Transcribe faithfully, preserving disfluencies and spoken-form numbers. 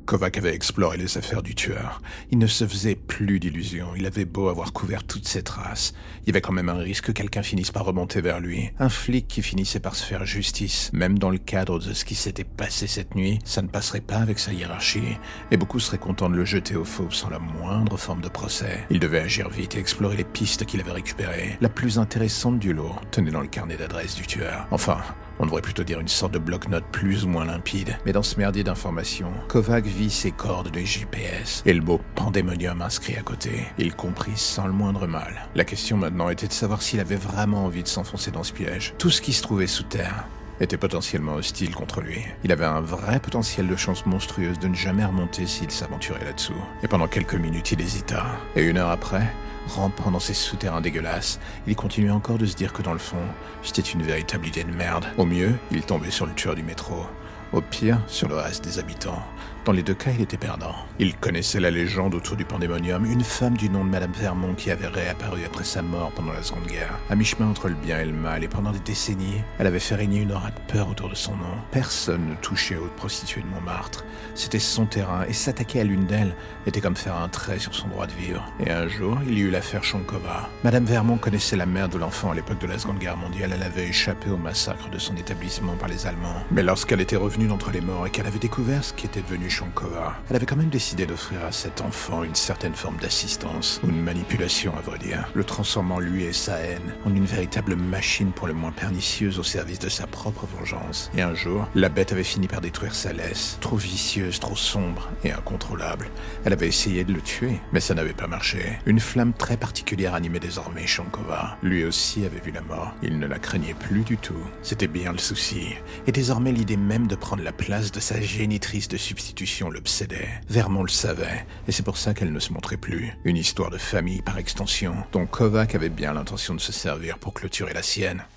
Kovac avait exploré les affaires du tueur. Il ne se faisait plus d'illusions. Il avait beau avoir couvert toutes ses traces. Il y avait quand même un risque que quelqu'un finisse par remonter vers lui. Un flic qui finissait par se faire justice. Même dans le cadre de ce qui s'était passé cette nuit, ça ne passerait pas avec sa hiérarchie. Et beaucoup seraient contents de le jeter au fauve sans la moindre forme de procès. Il devait agir vite et explorer les pistes qu'il avait récupérées. La plus intéressante du lot tenait dans le carnet d'adresse du tueur. Enfin, on devrait plutôt dire une sorte de bloc-notes plus ou moins limpide. Mais dans ce merdier d'informations, Kovac vit ses cordes de G P S et le mot pandémonium inscrit à côté. Il comprit sans le moindre mal. La question maintenant était de savoir s'il avait vraiment envie de s'enfoncer dans ce piège. Tout ce qui se trouvait sous terre était potentiellement hostile contre lui. Il avait un vrai potentiel de chance monstrueuse de ne jamais remonter s'il s'aventurait là-dessous. Et pendant quelques minutes, il hésita. Et une heure après, rampant dans ces souterrains dégueulasses, il continuait encore de se dire que dans le fond, c'était une véritable idée de merde. Au mieux, il tombait sur le tueur du métro. Au pire, sur le reste des habitants. Dans les deux cas, il était perdant. Il connaissait la légende autour du pandémonium, une femme du nom de Madame Vermont qui avait réapparu après sa mort pendant la Seconde Guerre, à mi-chemin entre le bien et le mal, et pendant des décennies, elle avait fait régner une aura de peur autour de son nom. Personne ne touchait aux prostituées de Montmartre. C'était son terrain, et s'attaquer à l'une d'elles était comme faire un trait sur son droit de vivre. Et un jour, il y eut l'affaire Chonkova. Madame Vermont connaissait la mère de l'enfant à l'époque de la Seconde Guerre mondiale. Elle avait échappé au massacre de son établissement par les Allemands. Mais lorsqu'elle était revenue d'entre les morts et qu'elle avait découvert ce qui était devenu Chonkova, elle avait quand même décidé d'offrir à cet enfant une certaine forme d'assistance, ou de manipulation à vrai dire, le transformant lui et sa haine en une véritable machine pour le moins pernicieuse au service de sa propre vengeance. Et un jour, la bête avait fini par détruire sa laisse, trop vicieuse, trop sombre et incontrôlable. Elle avait essayé de le tuer, mais ça n'avait pas marché. Une flamme très particulière animait désormais Chonkova. Lui aussi avait vu la mort. Il ne la craignait plus du tout. C'était bien le souci. Et désormais, l'idée même de prendre la place de sa génitrice de substitution l'obsédait. Vermont le savait, et c'est pour ça qu'elle ne se montrait plus. Une histoire de famille par extension, dont Kovac avait bien l'intention de se servir pour clôturer la sienne.